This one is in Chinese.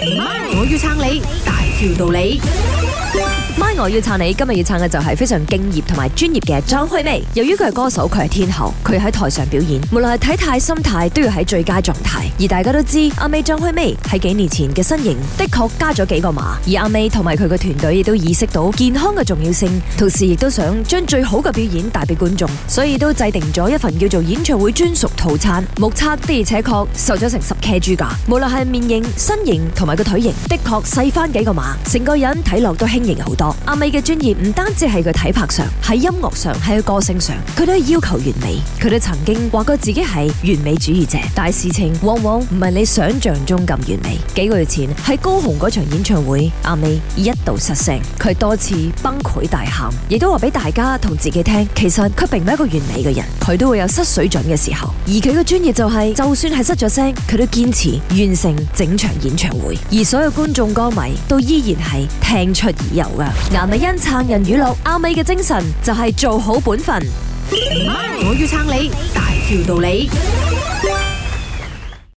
我要撐你，大條道理。 MY 我要撐你，今日要撐嘅就係非常敬業同埋專業嘅張惠妹。由於佢係歌手，佢係天后，佢喺台上表演，無論係體態、心態都要喺最佳狀態。而大家都知，阿妹張惠妹喺幾年前嘅身形的確加咗幾個碼，而阿妹同埋佢嘅團隊亦都意識到健康嘅重要性，同時亦都想將最好嘅表演帶俾觀眾，所以都制定咗一份叫做演唱會專屬套餐。目測的而且確瘦咗成10kg㗎，無論係面型、身形同埋個腿型，的確細翻幾個碼，成個人睇落都輕盈好多。阿妹嘅專業唔單止係佢體魄上，喺音樂上，喺佢歌聲上，佢都係要求完美。佢都曾經話過自己係完美主義者，但係事情往往唔係你想象中咁完美。幾個月前喺高雄嗰場演唱會，阿妹一度失聲，佢多次崩潰大喊，亦都話俾大家同自己聽，其實佢並唔係一個完美嘅人，佢都會有失水準嘅時候。而佢嘅專業就係，就算係失咗聲，佢都堅持完成整場演唱會，而所有觀眾歌迷都依然係聽出耳油噶。顏美欣撐人語錄，阿妹嘅精神就係做好本分。 我要撐你，大條道理。